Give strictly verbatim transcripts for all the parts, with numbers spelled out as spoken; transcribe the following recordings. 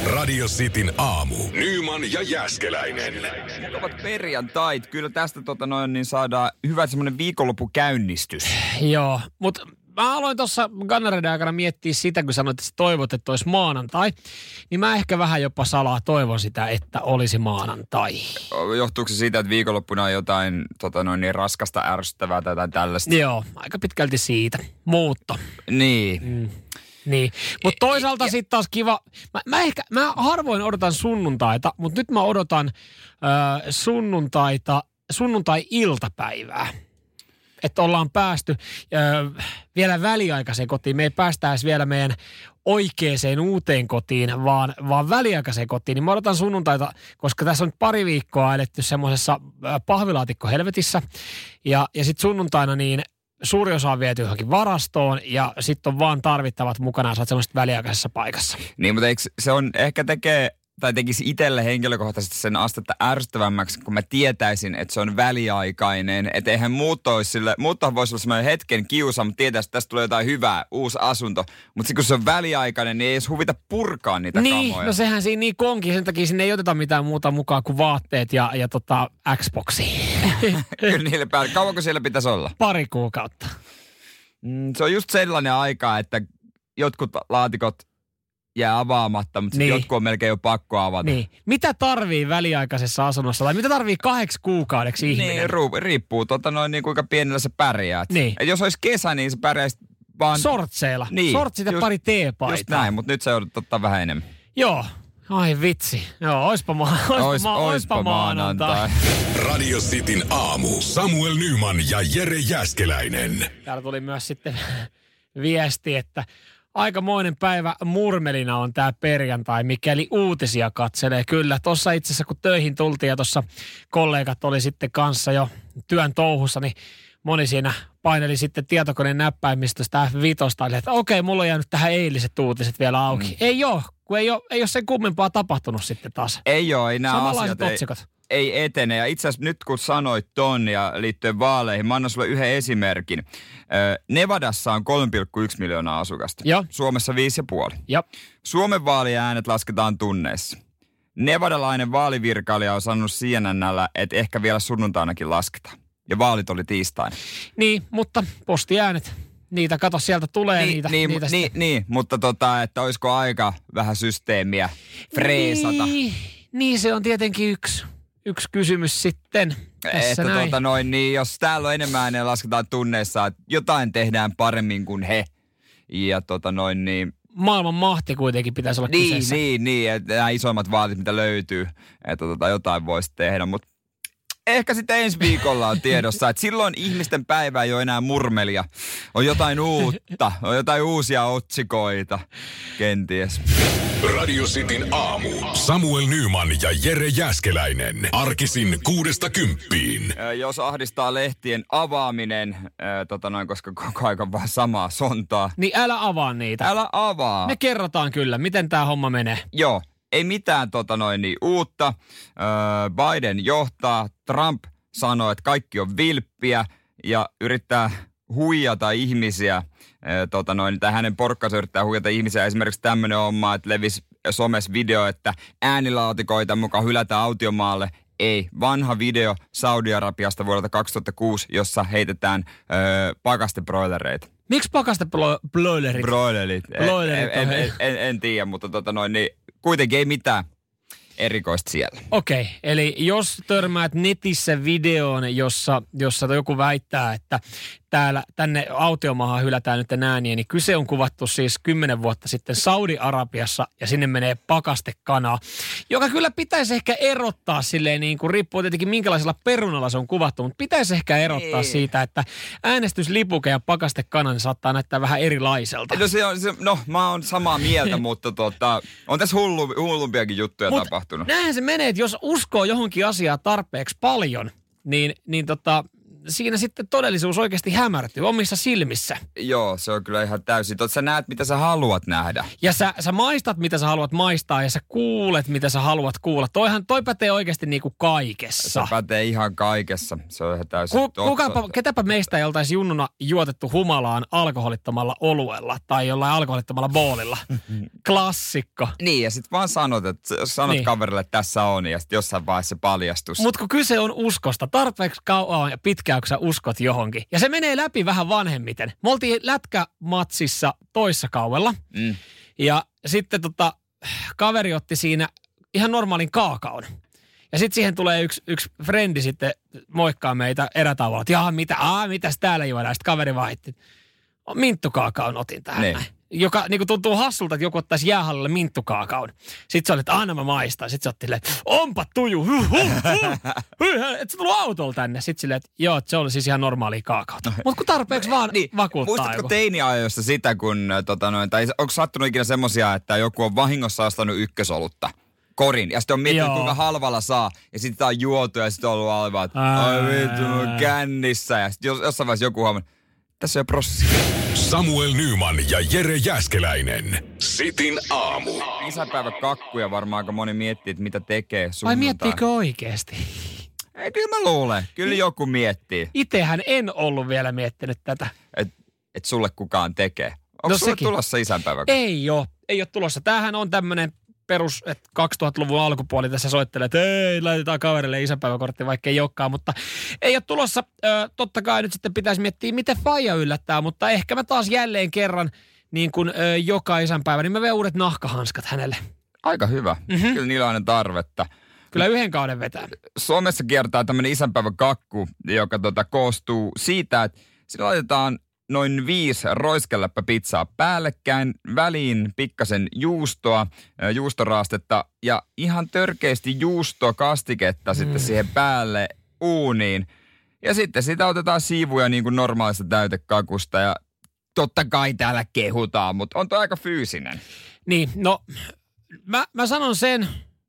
Radio Cityn aamu. Nyman ja Jääskeläinen. Ovat perjantait. Kyllä tästä tota noin, niin saadaan hyvä semmoinen viikonloppukäynnistys. Joo, mutta mä aloin tuossa Gannareiden aikana miettiä sitä, kun sanoit, että sä toivot, että olisi maanantai. Niin mä ehkä vähän jopa salaa toivon sitä, että olisi maanantai. Johtuuko se siitä, että viikonloppuna on jotain tota noin, niin raskasta, ärsyttävää tai jotain tällaista? Joo, aika pitkälti siitä. Muutto. Niin. Mm. Niin, mutta toisaalta sitten taas kiva, mä, mä ehkä, mä harvoin odotan sunnuntaita, mutta nyt mä odotan äh, sunnuntaita, sunnuntai-iltapäivää. Että ollaan päästy äh, vielä väliaikaiseen kotiin. Me ei päästäisi vielä meidän oikeaan uuteen kotiin, vaan, vaan väliaikaiseen kotiin. Niin mä odotan sunnuntaita, koska tässä on nyt pari viikkoa eletty semmoisessa äh, pahvilaatikko helvetissä. Ja, ja sitten sunnuntaina niin suuri osa on viety johonkin varastoon ja sitten on vaan tarvittavat mukana ja sä oot semmoisessa väliaikaisessa paikassa. Niin, mutta eikö se on, ehkä tekee, tai tekisi itselle henkilökohtaisesti sen astetta ärsyttävämmäksi, kun mä tietäisin, että se on väliaikainen. Että eihän muutto olisi sille, muuttohan voisi olla semmoinen hetken kiusa, mutta tietäisi, että tästä tulee jotain hyvää, uusi asunto. Mutta sitten kun se on väliaikainen, niin ei edes huvita purkaa niitä niin, kamoja. No sehän siinä niin onkin, sen takia sinne ei oteta mitään muuta mukaan kuin vaatteet ja, ja tota Xboxi. Kyllä niille päälle. Kauanko siellä pitäisi olla? Pari kuukautta. Mm, se on just sellainen aika, että jotkut laatikot jää avaamatta, mutta niin. Jotkut on melkein jo pakko avata. Niin. Mitä tarvii väliaikaisessa asunnossa tai mitä tarvii kahdeksi kuukaudeksi ihminen? Niin, ru- riippuu tota noin niin kuinka pienellä sä pärjäät. Niin. Et jos olisi kesä, niin sä pärjäisit vaan sortseilla. Niin. Sortsit ja just, pari teepaitaa. Just näin, mutta nyt sä joudut ottaa vähän enemmän. Joo. Ai vitsi. Joo, oispa, ma- oispa, Ois, ma- oispa, oispa maanantai. Radio Cityn aamu. Samuel Nyman ja Jere Jääskeläinen. Täällä tuli myös sitten viesti, että aikamoinen päivä murmelina on tää perjantai, mikäli uutisia katselee. Kyllä, tuossa itse asiassa kun töihin tultiin ja tuossa kollegat oli sitten kanssa jo työn touhussa, niin moni siinä paineli sitten tietokoneen näppäimistöstä F viisi, että okei, mulla on jäänyt tähän eiliset uutiset vielä auki. Mm. Ei ole, kun ei ole, ei ole sen kummempaa tapahtunut sitten taas. Ei ole, ei nämä asiat ei, otsikot. ei etene. Ja itse asiassa nyt kun sanoit ton ja liittyen vaaleihin, mä annan sulle yhden esimerkin. Nevadassa on kolme pilkku yksi miljoonaa asukasta. Ja. Suomessa viisi pilkku viisi. Ja. Suomen vaaliäänet lasketaan tunneissa. Nevadalainen vaalivirkailija on sanonut C N N:llä, että ehkä vielä sunnuntainakin lasketaan. Ja vaalit oli tiistaina. Niin, mutta postiäänet. Niitä, kato, sieltä tulee niin, niitä. Niin, niitä niin, niin, mutta tota, että olisiko aika vähän systeemiä freesata. Niin, niin se on tietenkin yksi, yksi kysymys sitten. Että näin. tota noin, niin jos täällä on enemmän ääneen lasketaan tunneissa, että jotain tehdään paremmin kuin he. Ja tota noin niin. Maailman mahti kuitenkin pitäisi olla niin, kyseessä. Niin, niin, että nämä isommat vaalit, mitä löytyy, että tota, jotain voisi tehdä, mutta ehkä sitten ensi viikolla on tiedossa, että silloin ihmisten päivä ei ole enää murmelia. On jotain uutta, on jotain uusia otsikoita, kenties. Radio Cityn aamu. Samuel Nyman ja Jere Jääskeläinen. Arkisin kuudesta kymppiin. Jos ahdistaa lehtien avaaminen, ää, tota noin, koska koko ajan on vaan samaa sontaa. Niin älä avaa niitä. Älä avaa. Me kerrotaan kyllä, miten tämä homma menee. Joo. Ei mitään tota noin niin uutta. Öö, Biden johtaa. Trump sanoo, että kaikki on vilppiä ja yrittää huijata ihmisiä. Öö, tota noin, tai hänen porkkansa yrittää huijata ihmisiä. Esimerkiksi tämmöinen homma, että levisi somessa video, että äänilaatikoita mukaan hylätään autiomaalle. Ei, vanha video Saudi-Arabiasta vuodelta kaksituhattakuusi, jossa heitetään öö, pakastebroilereita. Miksi pakastebroilerit? Broilerit. Broilerit en, en, en, en, en tiedä, mutta tota noin, niin kuitenkin ei mitään erikoista siellä. Okei, okay, eli jos törmäät netissä videoon, jossa, jossa joku väittää, että täällä tänne autiomaahan hylätään nyt ääniä, niin kyse on kuvattu siis kymmenen vuotta sitten Saudi-Arabiassa ja sinne menee pakastekanaa, joka kyllä pitäisi ehkä erottaa silleen niin kuin riippuu tietenkin minkälaisella perunalla se on kuvattu, mutta pitäisi ehkä erottaa ei. siitä, että äänestyslipuke ja pakastekana niin saattaa näyttää vähän erilaiselta. No, se on, se, no mä oon samaa mieltä, mutta tota, on tässä hullu, hullumpiakin juttuja Mut tapahtunut. Näinhän se menee, että jos uskoo johonkin asiaan tarpeeksi paljon, niin, niin tota... siinä sitten todellisuus oikeasti hämärtyy omissa silmissä. Joo, se on kyllä ihan täysin. Totta, sä näet, mitä sä haluat nähdä. Ja sä, sä maistat, mitä sä haluat maistaa, ja sä kuulet, mitä sä haluat kuulla. Toihan, toi pätee oikeasti niinku kaikessa. Se pätee ihan kaikessa. Se on ihan täysin Ku, totta. Kukapa, ketäpä meistä ei oltaisi junnuna juotettu humalaan alkoholittomalla oluella tai jollain alkoholittomalla boolilla. Klassikko. Niin, ja sit vaan sanot, että jos sanot Niin. kaverille, että tässä on, ja sit jossain vaiheessa se paljastus. Mutta kun kyse on uskosta, tarpeeksi kauan ja pitkään, kun sä uskot johonkin. Ja se menee läpi vähän vanhemmiten. Me oltiin lätkämatsissa toissa kaudella. Mm. Ja sitten tota, kaveri otti siinä ihan normaalin kaakaon. Ja sitten siihen tulee yksi, yksi frendi sitten moikkaa meitä erätauolla, että jaa, mitä, aa, mitäs täällä juodaan. Sitten kaveri vaihitti, minttukaakaon otin tähän Niin. näin. Joka niin kuin tuntuu hassulta, että joku ottaisi jäähallille minttukaakaon. Sitten se oli, että anna mä maistaa. Sitten se otti silleen, onpa tuju, huh, huh, huh. Et sä tullut autolla tänne. Sitten silleen, että joo, että se oli siis ihan normaalia kaakaota. Mutta kun tarpeeksi vaan niin, vakuuttaa Muistatko joku. teiniajoissa sitä, kun, tota noin, tai onko sattunut ikinä semmosia, että joku on vahingossa ostanut ykkösolutta? Korin. Ja sitten on miettinyt, Joo. kuinka halvalla saa. Ja sitten tää on juotu ja sitten on ollut aivan, että Ää. ai vittu, mun kännissä. Ja sitten jossain vaiheessa joku huomaa, tässä on prosessi. Samuel Nyman ja Jere Jääskeläinen. Sitin aamu. Isäpäiväkakkuja varmaan aika moni miettii, että mitä tekee Vai sunnuntai. miettiikö oikeasti? Ei, kyllä mä luulen. Kyllä joku miettii, Itsehän en ollut vielä miettinyt tätä. että et sulle kukaan tekee. Onko No sulle sekin. tulossa isänpäiväkakku? Ei ole, ei ole tulossa. Tämähän on tämmöinen perus, että kaksituhattaluvun alkupuoli tässä soittelee, että ei, laitetaan kaverille isäpäiväkortti, vaikka ei olekaan, mutta ei ole tulossa. Ö, totta kai nyt sitten pitäisi miettiä, miten faija yllättää, mutta ehkä mä taas jälleen kerran, niin kuin ö, joka isänpäivä, niin mä vien uudet nahkahanskat hänelle. Aika hyvä. Mm-hmm. Kyllä niillä on aina tarvetta. Kyllä yhden kauden vetää. Suomessa kiertää tämmöinen isänpäiväkakku, joka tota, koostuu siitä, että siinä laitetaan noin viisi roiskeläppäpizzaa päällekkäin, väliin pikkasen juustoa, ö, juustoraastetta ja ihan törkeästi juustokastiketta mm. sitten siihen päälle uuniin. Ja sitten sitä otetaan siivuja niin kuin normaalista täytekakusta ja totta kai täällä kehutaan, mutta on toi aika fyysinen. Niin, no mä, mä sanon sen,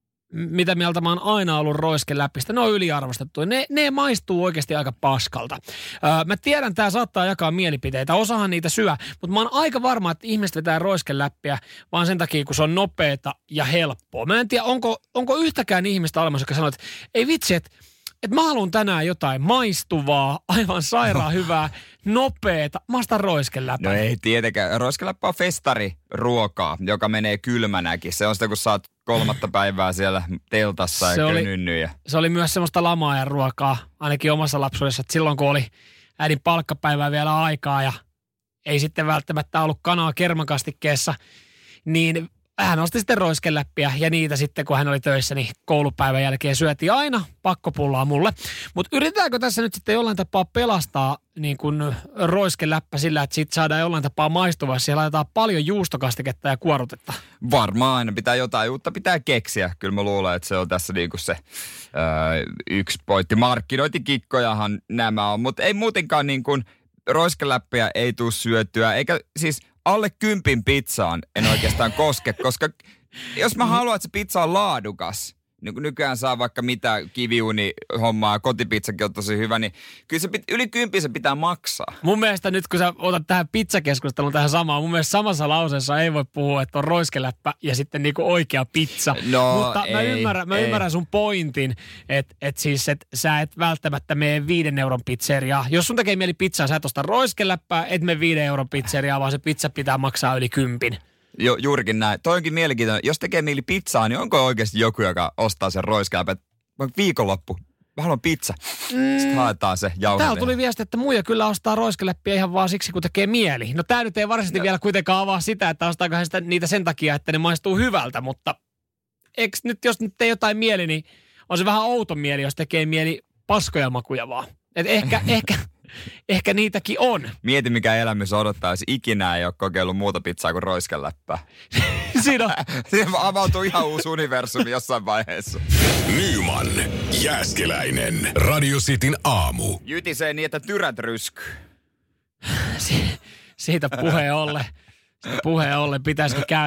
mitä mieltä mä oon aina ollut roiskeläppistä. Ne on yliarvostettu. Ne, ne maistuu oikeasti aika paskalta. Öö, mä tiedän, tää saattaa jakaa mielipiteitä. Osahan niitä syö. Mutta mä oon aika varma, että ihmiset vetää roiskeläppiä vaan sen takia, kun se on nopeeta ja helppoa. Mä en tiedä, onko, onko yhtäkään ihmistä olemassa, joka sanoo, että ei vitsi, että että mä haluan tänään jotain maistuvaa, aivan sairaan hyvää, nopeeta. Mä ostan roiskeläpän. No ei tietenkään. Roiskeläppä on festariruokaa, joka menee kylmänäkin. Se on sitä, kun sä oot kolmatta päivää siellä teltassa Se ja oli- könynnyt. Ja... Se oli myös semmoista lamaa ruokaa, ainakin omassa lapsuudessa, että silloin kun oli äidin palkkapäivää vielä aikaa ja ei sitten välttämättä ollut kanaa kermakastikkeessa, niin hän osti sitten roiskeläppiä ja niitä sitten, kun hän oli töissä, niin koulupäivän jälkeen syötiin aina pakkopullaa mulle. Mutta yritetäänkö tässä nyt sitten jollain tapaa pelastaa niin kuin roiskeläppä sillä, että siitä saadaan jollain tapaa maistuvaa. Siellä laitetaan paljon juustokastiketta ja kuorutetta. Varmaan aina pitää jotain uutta pitää keksiä. Kyllä mä luulen, että se on tässä niinku se öö, yksi pointti. Markkinointikikkojahan nämä on, mutta ei muutenkaan niin kuin roiskeläppiä ei tule syötyä. Eikä siis alle kympin pizzaan en oikeastaan koske, koska jos mä haluan, että se pizza on laadukas, niin kun nykyään saa vaikka mitä kiviuni hommaa, kotipizzakin on tosi hyvä, niin kyllä se pit, yli kympin se pitää maksaa. Mun mielestä nyt, kun sä otat tähän pizzakeskusteluun tähän samaan, mun mielestä samassa lauseessa ei voi puhua, että on roiskeläppä ja sitten niinku oikea pizza. No, Mutta mä, ei, ymmärrän, mä ei. ymmärrän sun pointin, että et siis, että sä et välttämättä mene viiden euron pizzeriaa. Jos sun tekee mieli pizzaa, sä et osta roiskeläppää, et mene viiden euron pizzeriaa, vaan se pizza pitää maksaa yli kympin. Jo, juurikin näin. Toi onkin mielenkiintoinen. Jos tekee mieli pizzaa, niin onko oikeasti joku, joka ostaa sen roiskeläpän? Viikonloppu. Mä haluan pizza. Mm. Sitten haetaan se jauhe. Täällä tuli viesti, että muija kyllä ostaa roiskeläppiä ihan vaan siksi, kun tekee mieli. No tää nyt ei varsinaisesti no. vielä kuitenkaan avaa sitä, että ostaako hän sitä, niitä sen takia, että ne maistuu hyvältä, mutta eikö nyt, jos nyt ei jotain mieli, niin on se vähän outo mieli, jos tekee mieli paskoja makuja vaan. Et ehkä, ehkä, ehkä niitäkin on. Mieti, mikä elämys odottaa, jos ikinä ei ole kokeillut muuta pizzaa kuin roiskeläppää. Siinä on. Siinä avautuu ihan uusi universumi jossain vaiheessa. Nyman, Jääskeläinen. Radio Cityn aamu. Jytisee niin, että tyrät ryskyy. Si- siitä puheen ollen, siitä puheen ollen pitäisikin käydä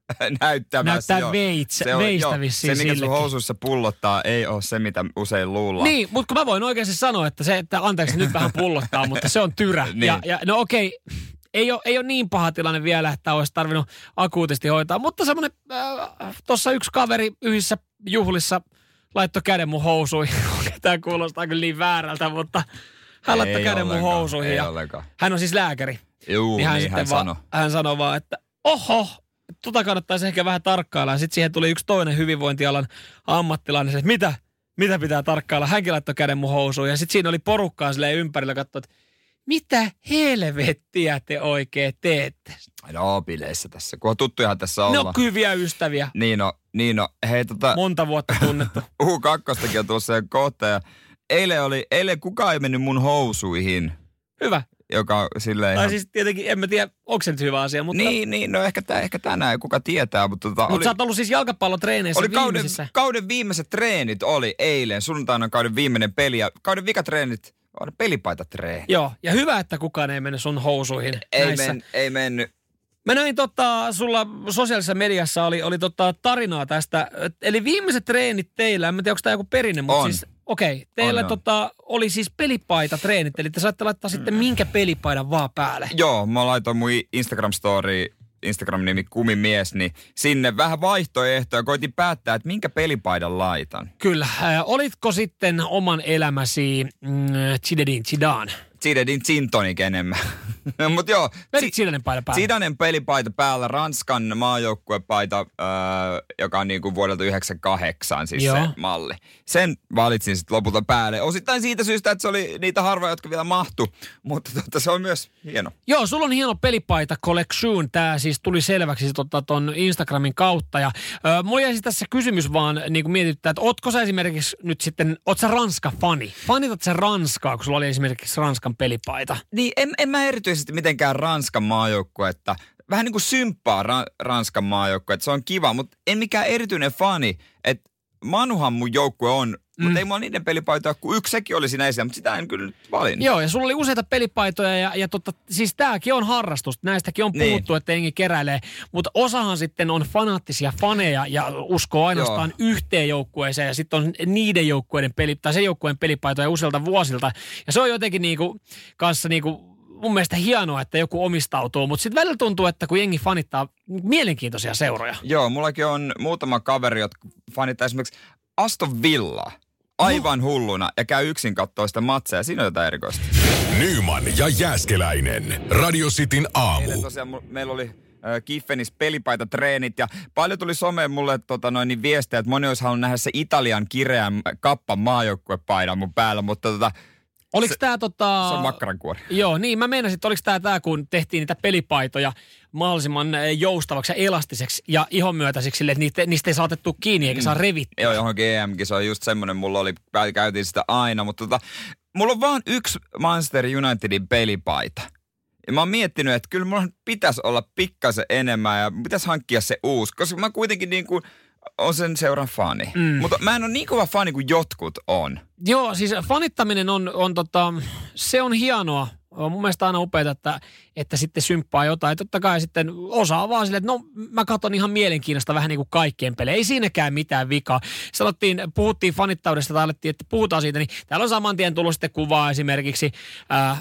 näyttämässä. Näyttää veitsä, se on, veistä jo, vissiin se, mikä sillekin. sun housuissa pullottaa, ei ole se, mitä usein luullaan. Niin, mutta kun mä voin oikeasti sanoa, että se, että anteeksi nyt vähän pullottaa, mutta se on tyrä. Niin. Ja, ja no okei, ei ole, ei ole niin paha tilanne vielä, että olisi tarvinnut akuutisti hoitaa, mutta semmoinen, äh, tuossa yksi kaveri yhdessä juhlissa laittoi käden mun housuihin. Tämä kuulostaa kyllä niin väärältä, mutta hän laittoi käden mun housuihin. Ei ja ollenkaan. Hän on siis lääkäri. Juu, niin hän, niin hän sanoi. Hän sanoi vaan, että oho, tota kannattaisi ehkä vähän tarkkailla. Ja sitten siihen tuli yksi toinen hyvinvointialan ammattilainen, että mitä, mitä pitää tarkkailla. Hänkin laittoi käden mun housuun. Ja sitten siinä oli porukkaa silleen ympärillä katsoa, että mitä helvettiä te oikein teette? No, bileissä tässä, kun on tuttujahan tässä olla. Ne on hyviä ystäviä. Niin no, niin no. Hei tota... Monta vuotta tunnettu. U kaksi on tuossa kohta ja eilen oli, eilen kukaan ei mennyt mun housuihin. Hyvä. Joka silleen Tai ihan... siis tietenkin, en mä tiedä, onko se nyt hyvä asia, mutta... Niin, niin, no ehkä, tää, ehkä tänään, kuka tietää, mutta tota... Mutta oli... sä oot ollut siis jalkapallotreeneissä oli kauden, viimeisissä. kauden viimeiset treenit oli eilen, sunnuntaina kauden viimeinen peli ja kauden vikatreenit on pelipaitatreeni. Joo, ja hyvä, että kukaan ei mennyt sun housuihin Ei, näissä. men, ei mennyt. Mä näin tota, sulla sosiaalisessa mediassa oli, oli tota tarinaa tästä, eli viimeiset treenit teillä, en mä tiedä, onko tämä joku perinne, mutta On. siis, okei, okay, teillä On, on. tota, oli siis pelipaitatreenit, eli te saatte laittaa sitten minkä pelipaidan vaan päälle. Joo, mä laitoin mun Instagram-story, Instagram-nimi Kumimies, niin sinne vähän vaihtoehtoja. Koitin päättää, että minkä pelipaidan laitan. Kyllä. Äh, olitko sitten oman elämäsi mm, Zinedine Zidane? Zinedine Zintonic enemmän. Mut joo. Vedit Zidanen paita päälle? Zidanen pelipaita päällä, Ranskan maajoukkuepaita, öö, joka on niinku vuodelta yhdeksänkymmentäkahdeksan siis Joo. se malli. Sen valitsin sitten lopulta päälle. Osittain siitä syystä, että se oli niitä harvoja, jotka vielä mahtu, mutta tota, se on myös hieno. Joo, sulla on hieno pelipaita collection. Tämä siis tuli selväksi tota, ton Instagramin kautta. Ja, ö, mulla jäi siis tässä kysymys vaan niin kuin mietittää, että ootko sä esimerkiksi nyt sitten, oot sä Ranska-fani? Fanitat sä Ranskaa, kun sulla oli esimerkiksi Ranskan pelipaita? Niin, en, en mä erityisesti mitenkään Ranskan maajoukkuetta. Vähän niin kuin symppaa ra- Ranskan maajoukkuetta. Se on kiva, mutta en mikään erityinen fani. Että Manuhan mun joukkue on, mm. mutta ei mulla niiden pelipaitoja, kun yksi sekin oli siinä esillä, mutta sitä en kyllä nyt valinnut. Joo, ja sulla oli useita pelipaitoja ja, ja totta, siis tääkin on harrastus. Näistäkin on puhuttu, niin. Että jengi keräilee. Mutta osahan sitten on fanaattisia faneja ja uskoo ainoastaan Joo. yhteen joukkueeseen. Ja sitten on niiden joukkueiden peli, tai sen joukkueen pelipaitoja useilta vuosilta. Ja se on jotenkin niinku, kanssa niinku, mun mielestä hienoa, että joku omistautuu. Mutta sitten välillä tuntuu, että kun jengi fanittaa mielenkiintoisia seuroja. Joo, mullakin on muutama kaveri, jotka fanittaa esimerkiksi Aston Villaa. Aivan hulluna ja käy yksin katsoa sitä matseja. Siinä on jotain erikoista. Nyman ja Jääskeläinen. Radio Cityn aamu. Eilen tosiaan mu- meillä oli äh, Kiffenis pelipaitat-treenit ja paljon tuli someen mulle tota, noin, niin viestejä, että moni olisi halunnut nähdä se Italian kireän kappan maajoukkuepaidan mun päällä, mutta tota, Oliko se, tämä tota... se on makkarankuori. Joo, niin mä meinasin, että oliko tämä tämä, kun tehtiin niitä pelipaitoja mahdollisimman eh, joustavaksi ja elastiseksi ja ihonmyötäiseksi sille, että niitä, niistä ei saa otettua kiinni eikä saa revittyä. Joo, johonkin E M-kin se on just semmoinen, mulla oli, käytiin sitä aina, mutta tota, mulla on vaan yksi Manchester Unitedin pelipaita. Ja mä oon miettinyt, että kyllä mulla pitäisi olla pikkasen enemmän ja pitäisi hankkia se uusi, koska mä kuitenkin niin kuin on sen seuran fani. Mm. Mutta mä en ole niin kova fani kuin jotkut on. Joo, siis fanittaminen on, on tota, se on hienoa. On mun mielestä aina upeaa, että, että sitten symppaa jotain. Totta kai sitten osaa vaan silleen, että no mä katson ihan mielenkiinnosta vähän niin kuin kaikkien pelejä. Ei siinäkään mitään vikaa. Sanottiin, puhuttiin fanittaudesta tai alettiin, että puhutaan siitä, niin täällä on saman tien tullut sitten kuvaa esimerkiksi. Äh,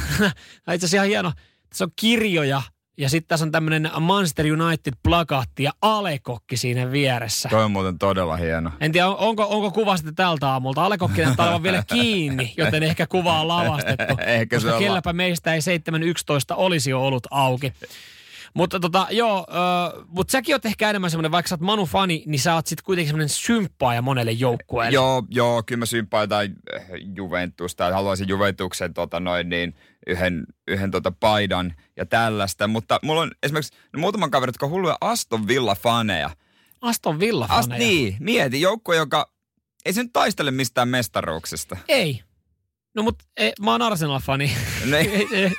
itse asiassa ihan hieno. Tässä on kirjoja. Ja sitten tässä on tämmöinen Manchester United-plakaatti ja Alekokki siinä vieressä. Toi on muuten todella hieno. En tiedä, onko, onko kuva sitten tältä aamulta. Alekokki näyttää olevan vielä kiinni, joten ehkä kuva on lavastettu. Ehkä se koska on kelläpä meistä ei seitsemän yksitoista olisi jo ollut auki. Mutta tota, joo, äh, mutta säkin oot ehkä enemmän semmoinen, vaikka sä oot Manu-fani, niin sä oot sitten kuitenkin semmoinen symppaaja monelle joukkueelle. Joo, joo, kyllä mä symppaan jotain Juventusta, haluaisin Juventuksen tota noin niin yhden, yhden tota paidan ja tällaista, mutta mulla on esimerkiksi muutaman kaverin, jotka on hulluja Aston Villa-faneja. Aston Villa-faneja? Ast, niin, mieti, joukkue, joka ei se nyt taistele mistään mestaruuksista. Ei. No mut e, mä oon Arsenal-fani. Niin.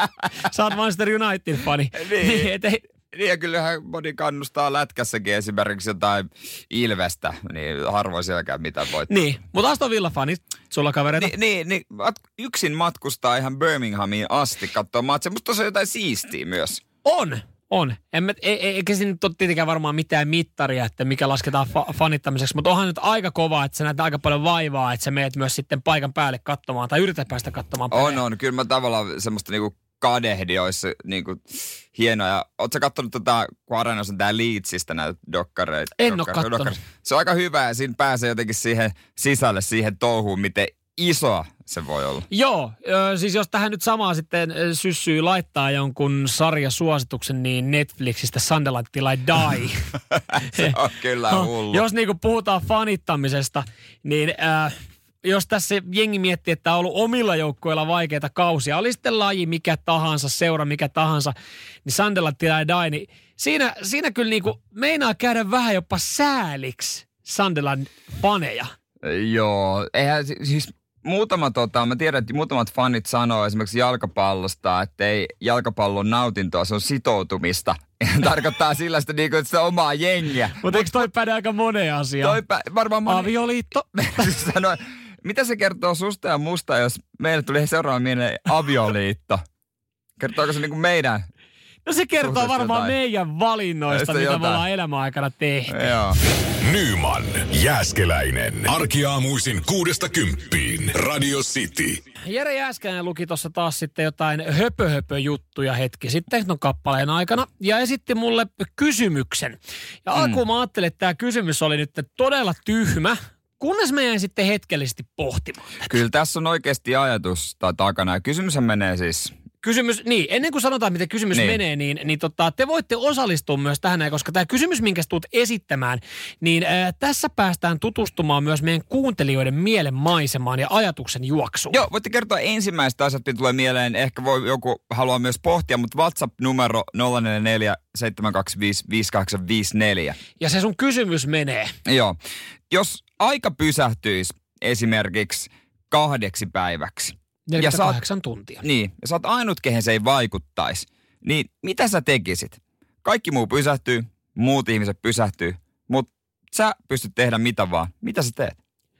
Sä oot Manchester United-fani. Niin. niin, et ei... Niin ja kyllähän moni kannustaa lätkässäkin esimerkiksi jotain Ilvestä, niin harvoin sielläkään mitään voittaa. Niin, mutta Aston Villa-fanit, sulla kavereita? Niin, niin, niin yksin matkustaa ihan Birminghamiin asti katsoa matseja. Musta se on jotain siistiä myös. On, On. En mä, ei, eikä siinä nyt ole tietenkään varmaan mitään mittaria, että mikä lasketaan fa- fanittamiseksi, mutta onhan nyt aika kova, että sä näet aika paljon vaivaa, että sä meet myös sitten paikan päälle katsomaan tai yrität päästä katsomaan pelejä. On, on. Kyllä mä tavallaan semmoista niinku kadehdi olisi niinku hienoja. Ootko sä kattonut tota, kun Areenassa on tää Leedsistä näitä dokkareita? En oo kattonut. Se on aika hyvä ja siinä pääsee jotenkin siihen sisälle, siihen touhuun, miten iso se voi olla. Joo, siis jos tähän nyt samaa sitten syssyy laittaa jonkun sarjasuosituksen, niin Netflixistä Sunderland Till I Die. Se on kyllä hullu. Jos niinku puhutaan fanittamisesta, niin äh, jos tässä jengi miettii, että on ollut omilla joukkueilla vaikeita kausia, oli sitten laji mikä tahansa, seura mikä tahansa, niin Sunderland Till I Die, niin siinä, siinä kyllä niinku meinaa käydä vähän jopa sääliksi Sunderland faneja. Joo, eihän siis muutama tota, mä tiedän, että muutamat fanit sanoo esimerkiksi jalkapallosta, että ei jalkapallon nautintoa, se on sitoutumista. Tarkoittaa sillä sitä niin kuin sitä omaa jengiä. Mutta eikö toi päde aika moneen asiaan? Toi pä, varmaan moni... Avioliitto. Sano, mitä se kertoo susta ja musta, jos meille tuli seuraava mieleen avioliitto? Kertooko se niin kuin meidän? No se kertoo varmaan jotain meidän valinnoista, mitä jotain me ollaan elämäaikana tehty. Joo. Nyman, Jääskeläinen. Arkiaamuisin kuudesta kymppiin. Radio City. Jere Jääskeläinen luki tuossa taas sitten jotain höpö-höpö-juttuja hetki sitten ton kappaleen aikana ja esitti mulle kysymyksen. Ja mm. alkuun mä ajattelin, että tämä kysymys oli nyt todella tyhmä, kunnes mä jäin sitten hetkellisesti pohtimaan tätä. Kyllä tässä on oikeasti ajatus takana ja kysymyshän menee siis... Kysymys, niin, ennen kuin sanotaan, miten kysymys niin menee, niin, niin tota, te voitte osallistua myös tähän, koska tämä kysymys, minkä tulet esittämään, niin ää, tässä päästään tutustumaan myös meidän kuuntelijoiden mielen maisemaan ja ajatuksen juoksuun. Joo, voitte kertoa ensimmäistä asiat, mitä tulee mieleen. Ehkä voi joku haluaa myös pohtia, mutta WhatsApp-numero nolla neljä neljä seitsemän kaksi viisi viisi kahdeksan viisi neljä. Ja se sun kysymys menee. Joo. Jos aika pysähtyisi esimerkiksi kahdeksi päiväksi, neljäkymmentäkahdeksan oot, tuntia. Niin, ja sä oot ainut, kehen se ei vaikuttaisi. Niin mitä sä tekisit? Kaikki muu pysähtyy, muut ihmiset pysähtyy, mutta sä pystyt tehdä mitä vaan. Mitä sä teet?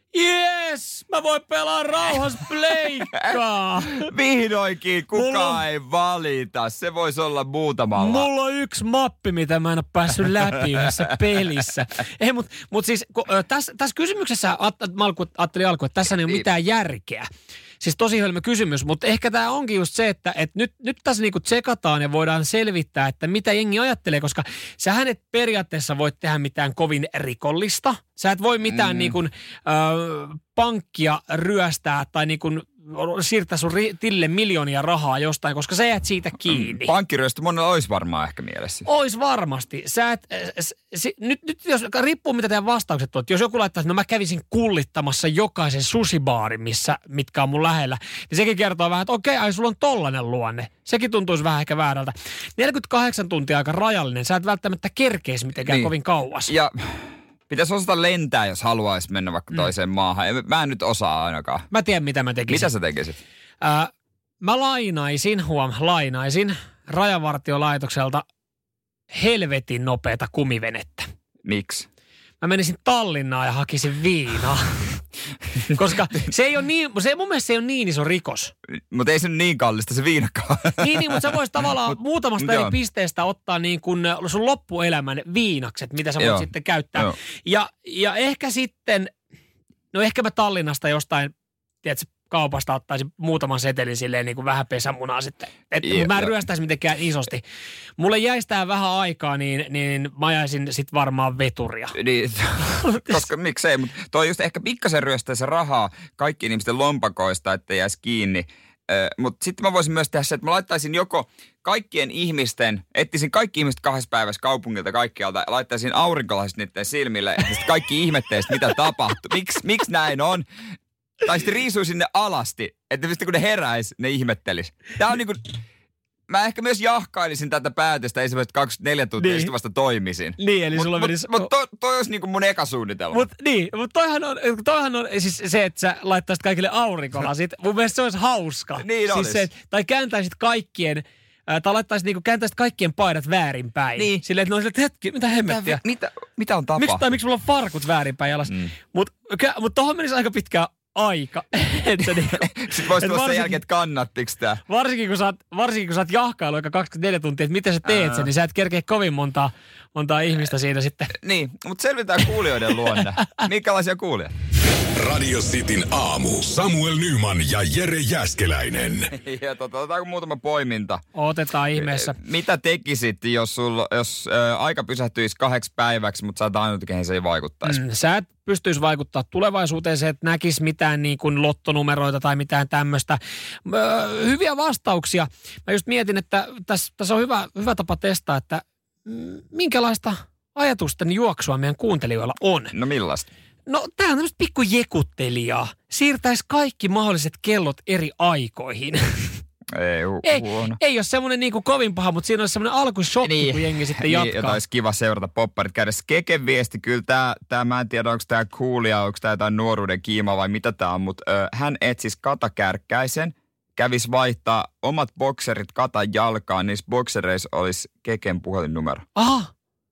Yes! Mä voin pelaa rauhassa pleikkaa! Vihdoinkin kukaan on... ei valita. Se voisi olla muutamalla. Mulla on yksi mappi, mitä mä en ole päässyt läpi yhdessä pelissä. Ei, mutta mut siis tässä täs kysymyksessä mä ajattelin alkuun, että tässä ei ole mitään järkeä. Siis tosi hölmö kysymys, mutta ehkä tämä onkin just se, että et nyt, nyt tässä niinku tsekataan ja voidaan selvittää, että mitä jengi ajattelee, koska sähän et periaatteessa voi tehdä mitään kovin rikollista. Sä et voi mitään mm. niinku, ö, pankkia ryöstää tai niinku siirtää sun tilille miljoonia rahaa jostain, koska sä jäät siitä kiinni. Pankkiryöstö monella olisi varmaan ehkä mielessä. Ois varmasti. Sä et, s, s, nyt, nyt jos, riippuu mitä teidän vastaukset on. Jos joku laittaa, että no mä kävisin kullittamassa jokaisen sushibaarin, missä, mitkä on mun lähellä, niin sekin kertoo vähän, että okei, ai sulla on tollanen luonne. Sekin tuntuisi vähän ehkä väärältä. neljäkymmentäkahdeksan tuntia aika rajallinen. Sä et välttämättä kerkeisi mitenkään niin kovin kauas. Ja pitäisi osata lentää, jos haluaisi mennä vaikka toiseen mm. maahan. Mä en nyt osaa ainakaan. Mä tiedän, mitä mä tekisin. Mitä sä tekisit? Äh, mä lainaisin, huom, lainaisin Rajavartiolaitokselta helvetin nopeata kumivenettä. Miksi? Mä menisin Tallinnaan ja hakisin viinaa. Koska se ei ole niin, se, mun mielestä se ei ole niin iso rikos. Mutta ei se niin kallista se viinakaan. Niin, niin, mutta sä voisit tavallaan Mut, muutamasta eri pisteestä ottaa niin kuin sun loppuelämän viinakset, mitä sä voit joo, sitten käyttää. Ja, ja ehkä sitten, no ehkä mä Tallinnasta jostain, tiedätkö, kaupasta ottaisin muutaman setelin silleen niin kuin vähän pesämunaa sitten. Että yeah, mä en ryöstäisi mitenkään isosti. Mulle jäisi tää vähän aikaa, niin, niin mä jäisin sit varmaan veturia. Niin, koska miksei, mutta toi just ehkä pikkasen ryöstäisi rahaa kaikkien ihmisten lompakoista, että jäisi kiinni. Äh, mutta sitten mä voisin myös tehdä se, että mä laittaisin joko kaikkien ihmisten, etsisin kaikki ihmiset kahdessa päivässä kaupungilta kaikkialta, laittaisin aurinkolaiset niiden silmille, että sitten kaikki ihmetteistä, mitä tapahtuu. Miks, miksi näin on? Tai sitten riisuisin ne alasti, että sitten kun ne heräisi, ne ihmettelis. Tää on niinku, mä ehkä myös jahkailisin tätä päätöstä ensimmäiset kaksikymmentäneljä tuntia, niin vasta toimisin. Niin, eli mut, sulla mut, menisi... Mutta toi, toi olisi niinku mun eka suunnitelma. Mut niin, mutta toihan on, toihan on siis se, että sä laittaisit kaikille aurinkolasit. Mun mielestä se olisi hauska. Niin siis olisi. Se, tai kääntäisit kaikkien... Tai laittaisit niinku, kääntäisit kaikkien paidat väärinpäin. Niin. Silleen, että ne on silleen, että hetki, mitä hemmettiä. Mitä, mitä on tapahtunut? Miksi, tai miksi mulla on farkut väärinpäin jalas? Mm. Mutta mut tohon menisi aika pitkä aika. että niin, Sitten voisi tulla sen jälkeen, että kannattiks tää. Varsinkin kun sä oot, varsinkin kun sä oot jahkailu aika kaksikymmentäneljä tuntia, että miten sä teet sen, niin sä et kerkeä kovin montaa, montaa ihmistä siinä sitten. Niin, mutta selvitään kuulijoiden luonne. Minkälaisia kuulijat? Radio Cityn aamu. Samuel Nyman ja Jere Jääskeläinen. Ja tota, otetaanko muutama poiminta? Otetaan ihmeessä. Mitä tekisit, jos, sul, jos ä, aika pysähtyisi kahdeksi päiväksi, mutta sä oot ainut, kehen se ei vaikuttaisi? Mm, sä et pystyisi vaikuttaa tulevaisuuteen, se et näkis mitään niin kuin lottonumeroita tai mitään tämmöistä. Öö, hyviä vastauksia. Mä just mietin, että tässä, tässä on hyvä, hyvä tapa testaa, että mm, minkälaista ajatusten juoksua meidän kuuntelijoilla on. No millaista? No tää on tämmöistä pikku jekuttelijaa. Siirtäisi kaikki mahdolliset kellot eri aikoihin. Ei, hu- ei, huono. ei ole semmoinen niinku kovin paha, mutta siinä olisi semmoinen alkushokki, niin, kun jengi sitten jatkaa. Niin, jota olisi kiva seurata popparit kädessä. Keken viesti, kyllä tää, tää mä en tiedä, onko tää coolia, onko tää jotain nuoruuden kiima vai mitä tää on, mutta ö, hän etsisi Kata Kärkkäisen, kävisi vaihtaa omat bokserit Katan jalkaan, niissä boksereissa olisi Keken puhelinnumero. Aha,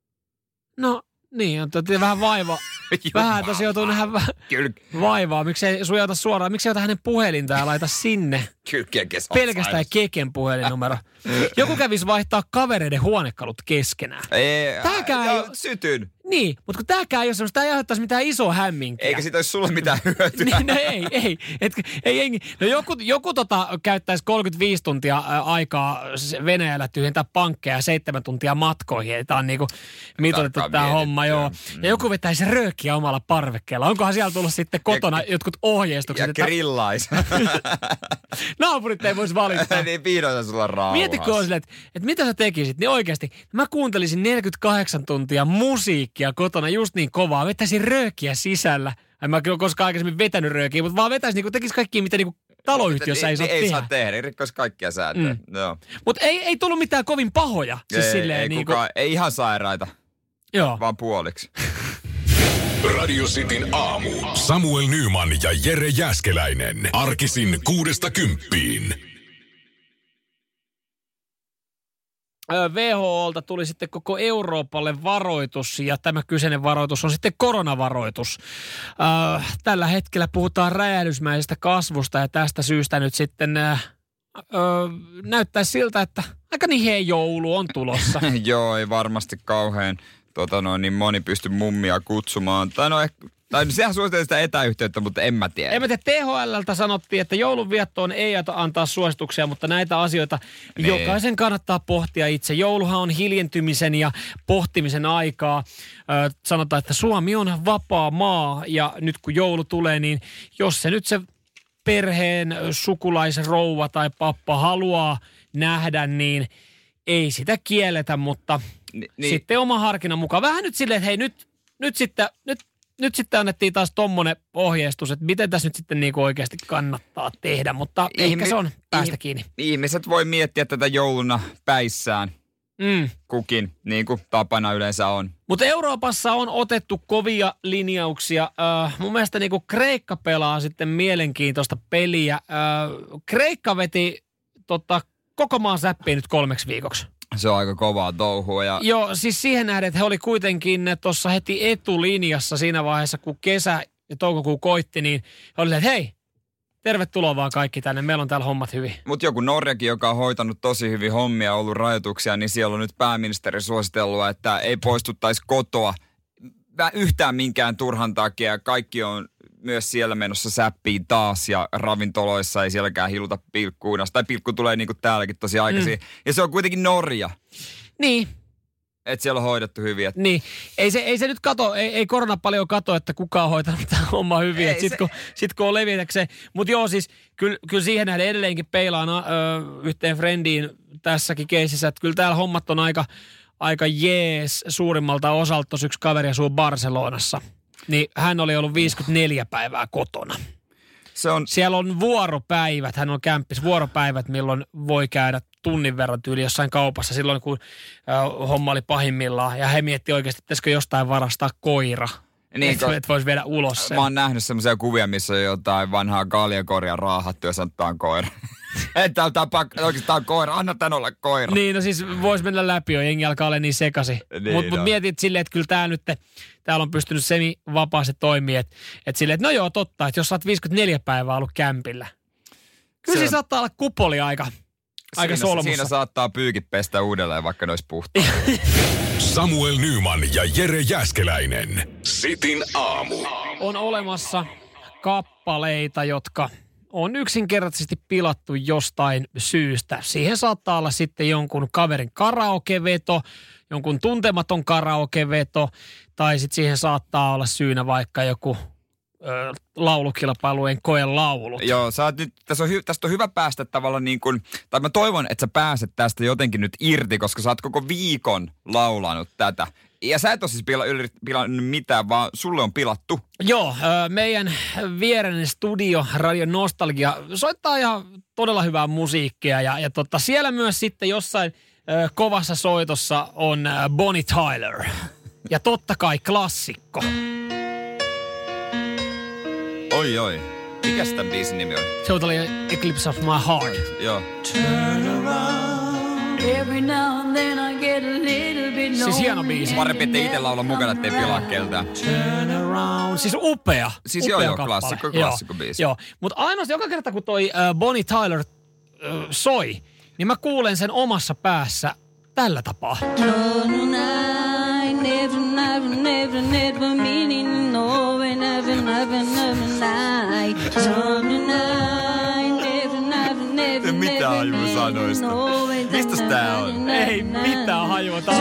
no niin, on totta vähän vaivaa. Vähän tosi joutuu nähdä vähän vaivaa. Miksei sujauta suoraan? Miksei ota hänen puhelinta ja laita sinne? Pelkästään Keken puhelinnumero. Joku kävisi vaihtaa kavereiden huonekalut keskenään. Ei, Tääkään ei, ei... sytyn. Niin, mutta kun tääkään ei ole semmoista, tää ei aiheuttaisi mitään isoa hämminkiä. Eikä siitä olisi sulle mitään hyötyä. niin, no ei, ei. Et, ei jengi. No joku, joku tota, käyttäisi kolmekymmentäviisi tuntia ä, aikaa Venäjällä tyhjentää pankkeja ja seitsemän tuntia matkoihin. Tämä on niinku mitoitettu tämä homma, joo. Ja joku vetäisi röökiä omalla parvekkeella. Onkohan siellä tullut sitten kotona ja, jotkut ohjeistukset? Ja grillaisi. Naapurit ei voisi valittaa. Niin vihdoin sulla on rauhassa. Mietitkö on silleen, että, että mitä sä tekisit? Niin oikeasti, mä kuuntelisin neljäkymmentäkahdeksan tuntia musiikkia kotona just niin kovaa. Vetäisin röökiä sisällä. En mä kyllä koskaan aikaisemmin vetänyt röökiä, mutta vaan vetäisin, niin tekisi kaikkia, mitä niin taloyhtiössä ei saa ei tehdä. Ei saa tehdä, ei rikkoisi kaikkia sääntöjä. Mm. Mutta ei, ei tullut mitään kovin pahoja. Siis ei, silleen, ei, niin kukaan, kuin... ei ihan sairaita, Joo. vaan puoliksi. Radio Cityn aamu. Samuel Nyman ja Jere Jääskeläinen. Arkisin kuudesta kymppiin. W H O:lta tuli sitten koko Euroopalle varoitus ja tämä kyseinen varoitus on sitten koronavaroitus. Äh, tällä hetkellä puhutaan räjähdysmäisestä kasvusta ja tästä syystä nyt sitten äh, äh, näyttää siltä, että aika niin joulu on tulossa. Joo, ei varmasti kauhean tota noin, niin moni pysty mummia kutsumaan. Tai no ehkä... Tai sehän suosittelee sitä etäyhteyttä, mutta en mä tiedä. En mä tiedä, T H L:ltä sanottiin, että joulunviettoon ei antaa suosituksia, mutta näitä asioita nee. jokaisen kannattaa pohtia itse. Jouluhan on hiljentymisen ja pohtimisen aikaa. Ö, sanotaan, että Suomi on vapaa maa ja nyt kun joulu tulee, niin jos se nyt se perheen sukulaisrouva tai pappa haluaa nähdä, niin ei sitä kielletä, mutta Ni, niin. sitten oma harkinnan mukaan. Vähän nyt silleen, että hei nyt, nyt sitten... Nyt Nyt sitten annettiin taas tommonen ohjeistus, että miten tässä nyt sitten niinku oikeasti kannattaa tehdä, mutta Ihmi- ehkä se on päästä kiinni. Ihmiset voi miettiä tätä jouluna päissään, mm. kukin, niin kuin tapana yleensä on. Mutta Euroopassa on otettu kovia linjauksia. Äh, mun mielestä niinku Kreikka pelaa sitten mielenkiintoista peliä. Äh, Kreikka veti tota, koko maan säppiin nyt kolmeksi viikoksi. Se on aika kovaa touhua. Ja... Joo, siis siihen nähden, että he oli kuitenkin tuossa heti etulinjassa siinä vaiheessa, kun kesä ja toukokuu koitti, niin he oli, että hei, tervetuloa vaan kaikki tänne, meillä on täällä hommat hyvin. Mutta joku Norjakin, joka on hoitanut tosi hyvin hommia, ollut rajoituksia, niin siellä on nyt pääministeri suositellut, että ei poistuttaisi kotoa yhtään minkään turhan takia. Kaikki on myös siellä menossa säppiin taas ja ravintoloissa ei sielläkään hiluta pilkkuina. Tai pilkku tulee niin kuin täälläkin tosi aikaisin. Mm. Ja se on kuitenkin Norja. Niin. Että siellä on hoidettu hyvin. Et... Niin. Ei se, ei se nyt kato, ei, ei korona paljon kato, että kuka on hoitanut tämä homma hyvin. Sitten se... kun, sit, kun on levitäkseen. Mutta joo, siis kyllä, kyllä siihen nähden edelleenkin peilaan ö, yhteen frendiin tässäkin keisissä, että kyllä täällä hommat on aika, aika jees suurimmalta osalta. Tuossa yksi kaveri asuu Barcelonassa. Niin hän oli ollut viisikymmentäneljä päivää kotona. Se on... Siellä on vuoropäivät, hän on kämppis, vuoropäivät, milloin voi käydä tunnin verran tyyli jossain kaupassa silloin, kun äh, homma oli pahimmillaan. Ja he miettii oikeasti, että pitäisikö jostain varastaa koira. Niin, että et voisi viedä ulos sen. Mä oon nähnyt semmoisia kuvia, missä on jotain vanhaa kaljakoria raahattu ja sanottu, on koira. Että tämä on oikeastaan koira, anna tän olla koira. Niin, no siis voisi mennä läpi jo, jengi alkaa olla niin sekasi. Niin, Mutta mut no. mietit silleen, että kyllä tää nyt, täällä on pystynyt semi-vapaasti toimia. Että et silleen, että no joo, totta, että jos sä oot viisikymmentäneljä päivää ollut kämpillä. Kyllä se, se saattaa olla kupoli aika, aika siinä, solmussa. Siinä saattaa pyykit pestä uudelleen, vaikka ne olisi puhtaa. Samuel Nyman ja Jere Jääskeläinen. Sitin aamu. On olemassa kappaleita, jotka on yksinkertaisesti pilattu jostain syystä. Siihen saattaa olla sitten jonkun kaverin karaokeveto, jonkun tuntematon karaokeveto, tai sitten siihen saattaa olla syynä vaikka joku ö, laulukilpailujen koelaulut. Joo, sä oot nyt, tässä on, hy, tästä on hyvä päästä tavallaan niin kuin, tai mä toivon, että sä pääset tästä jotenkin nyt irti, koska sä oot koko viikon laulanut tätä. Ja sä et ole siis pila, pilannut mitään, vaan sulle on pilattu. Joo, meidän viereinen studio, Radio Nostalgia, soittaa ihan todella hyvää musiikkia. Ja, ja tota, siellä myös sitten jossain ö, kovassa soitossa on Bonnie Tyler. Ja totta kai klassikko. Oi, oi. Mikäs tämän biisin nimi on? Totally Eclipse of My Heart. Joo. Every now and then I get a little bit Siis hieno biisi. Parempi, ettei itse laula mukana, ettei pilaa keltään. Turn around. Siis upea. Siis upea joo, joo, kappale. klassikko, klassikko biisi. Joo, mutta ainoastaan joka kerta kun toi äh, Bonnie Tyler äh, soi, niin mä kuulen sen omassa päässä tällä tapaa. No, no, I never, never, never, never meaning no, never, never, never, lie. So, I never, never, never, Mitä hajua sanoista? Mistäs tää on? Ei mitään hajuta.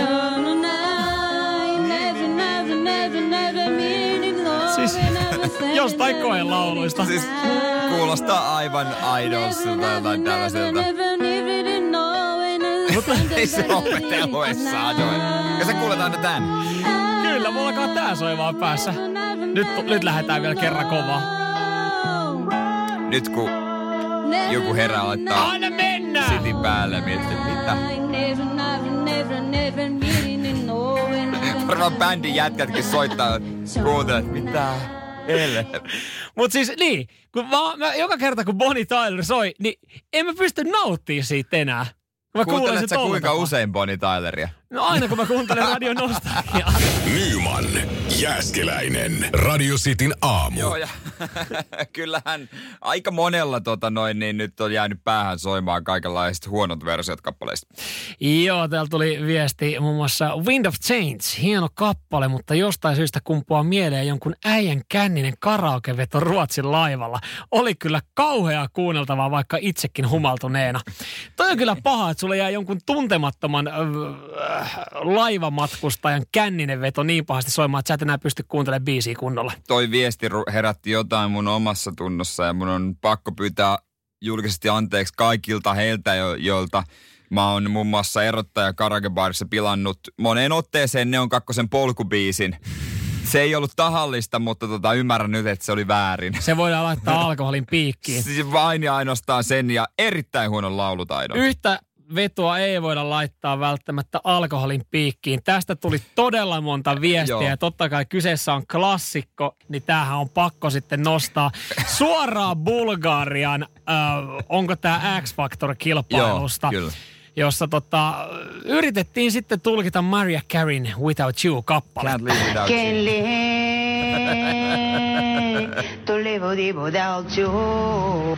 Siis jostain koelauluista. Siis kuulostaa aivan Idolsilta jotain tällaiselta. Mutta Ei se opetellut edes sanoin. Ja sä kuulet aina tän. kyllä, mulla alkaa tää soi vaan päässä. Nyt, nyt lähdetään vielä kerran kovaa. Nyt kun joku herää laittaa Anna mennä! sitin päälle ja miettii, mitä? Varmaan bändin jätkätkin soittaa, kuuntelet, mitä? Elle. Mut siis niin, kun mä, mä, joka kerta kun Bonnie Tyler soi, niin en mä pysty nauttimaan siitä enää. Mä kuulen Kuuntelet sen sä tolla kuinka tapaa. usein Bonnie Tyleria? No aina kun mä kuuntelen Radio Nostalgiaa. Nyman, Jääskeläinen. Radio Cityn aamu. Joo, ja kyllähän aika monella tota noin, niin nyt on jäänyt päähän soimaan kaikenlaiset huonot versiot kappaleista. Joo, täällä tuli viesti muun muassa Wind of Change, hieno kappale, mutta jostain syystä kumpuaa mieleen jonkun äijän känninen karaokeveto Ruotsin laivalla. Oli kyllä kauheaa kuunneltavaa, vaikka itsekin humaltuneena. Toi on kyllä paha, että sulle jää jonkun tuntemattoman äh, laivamatkustajan känninen veto niin pahasti soimaan, että sä et enää pysty kuuntelemaan biisiä kunnolla. Toi viesti herätti jotain mun omassa tunnossa ja mun on pakko pyytää julkisesti anteeksi kaikilta heiltä, jo- joilta mä oon muun muassa erottaja karaokebaarissa pilannut moneen otteeseen Neon kakkosen polkubiisin. Se ei ollut tahallista, mutta tota, ymmärrän nyt, että se oli väärin. Se voidaan laittaa alkoholin piikkiin. Siis vain ja ainoastaan sen ja erittäin huonon laulutaidon. Yhtä vetoa ei voida laittaa välttämättä alkoholin piikkiin. Tästä tuli todella monta viestiä. Joo. Ja totta kai kyseessä on klassikko, niin tämähän on pakko sitten nostaa suoraan Bulgarian, äh, onko tämä X-Factor-kilpailusta. Joo, kyllä. Jossa tota, yritettiin sitten tulkita Mariah Careyn Without You-kappale. Can't live without Can't you. live to live without you.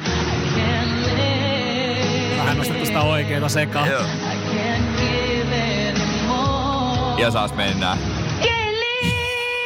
Vähän nostettu sitä oikeeta sekaan. Joo. I can't give anymore. Ja saas mennään. Can't live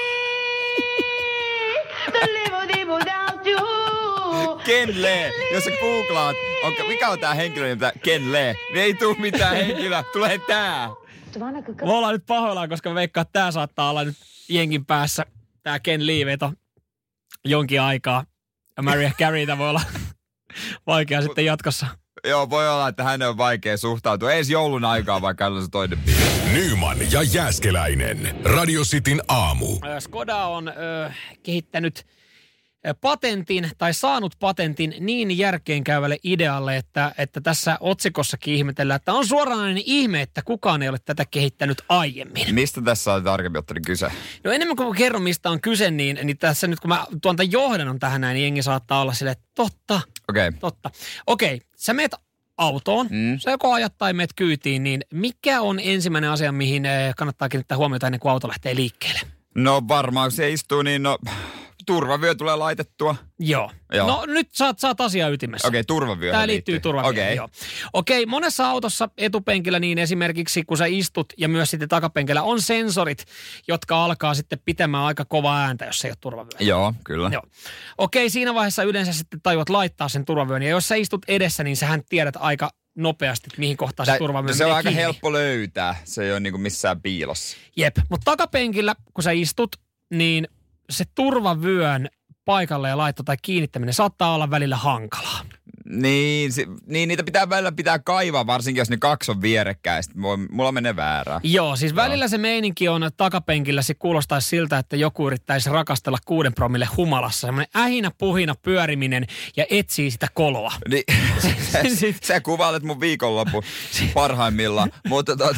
to live without you. Ken Lee. Jos sä googlaat, onko, mikä on tää henkilö nimeltä Ken Lee, niin ei tuu mitään henkilöä. Tulee tää. Me ollaan nyt pahoillaan, koska me veikkaan, että tää saattaa olla nyt jenkin päässä. Tää Ken Lee-veto jonkin aikaa. Ja Mariah Careytä voi olla vaikea sitten jatkossa. Joo, voi olla, että hänen on vaikea suhtautua. Ei edes joulun aikaa, vaikka hänellä on se toinen biisi. Nyman ja Jääskeläinen. Radio Cityn aamu. Ö, Skoda on ö, kehittänyt patentin tai saanut patentin niin järkeenkäyvälle idealle, että, että tässä otsikossakin ihmetellään, että on suoranainen ihme, että kukaan ei ole tätä kehittänyt aiemmin. Mistä tässä on tarkemmin ottaen kyse? No enemmän kuin kerron, mistä on kyse, niin, niin tässä nyt kun mä tuon tämän johdannon tähän näin, niin jengi saattaa olla silleen, että totta, Okei. Okay. totta. Okei, sä meet autoon, mm. sä joko ajat tai meet kyytiin, niin mikä on ensimmäinen asia, mihin kannattaa kiinnittää huomiota ennen kuin auto lähtee liikkeelle? No varmaan, kun se istuu, niin no turvavyö tulee laitettua. Joo. Joo. No nyt sä oot, sä oot asia ytimessä. Okei, okay, turvavyö. Tämä liittyy turvavyöhön, Okei. joo. Okei, monessa autossa etupenkillä niin esimerkiksi kun sä istut ja myös sitten takapenkillä on sensorit, jotka alkaa sitten pitämään aika kovaa ääntä, jos ei ole turvavyö. Joo, kyllä. Joo. Okei, siinä vaiheessa yleensä sitten tajuat laittaa sen turvavyön ja jos sä istut edessä, niin sähän tiedät aika nopeasti, että mihin kohtaan se turvavyö Se on menee aika kiinni. helppo löytää. Se ei ole niinku missään piilossa. Jep, mutta takapenkillä, kun sä istut, niin se turvavyön paikalle ja laitto tai kiinnittäminen saattaa olla välillä hankalaa. Niin, se, niin niitä pitää välillä pitää kaivaa, varsinkin jos ne kaksi on vierekkäin. Sitten voi, mulla menee väärään. Joo, siis välillä se meininki on takapenkillä, se kuulostaisi siltä, että joku yrittäisi rakastella kuuden promille humalassa. Semmoinen ähinä puhina pyöriminen ja etsii sitä koloa. Niin, sä, sä kuvailet mun viikonlopun parhaimmillaan, mutta tuota,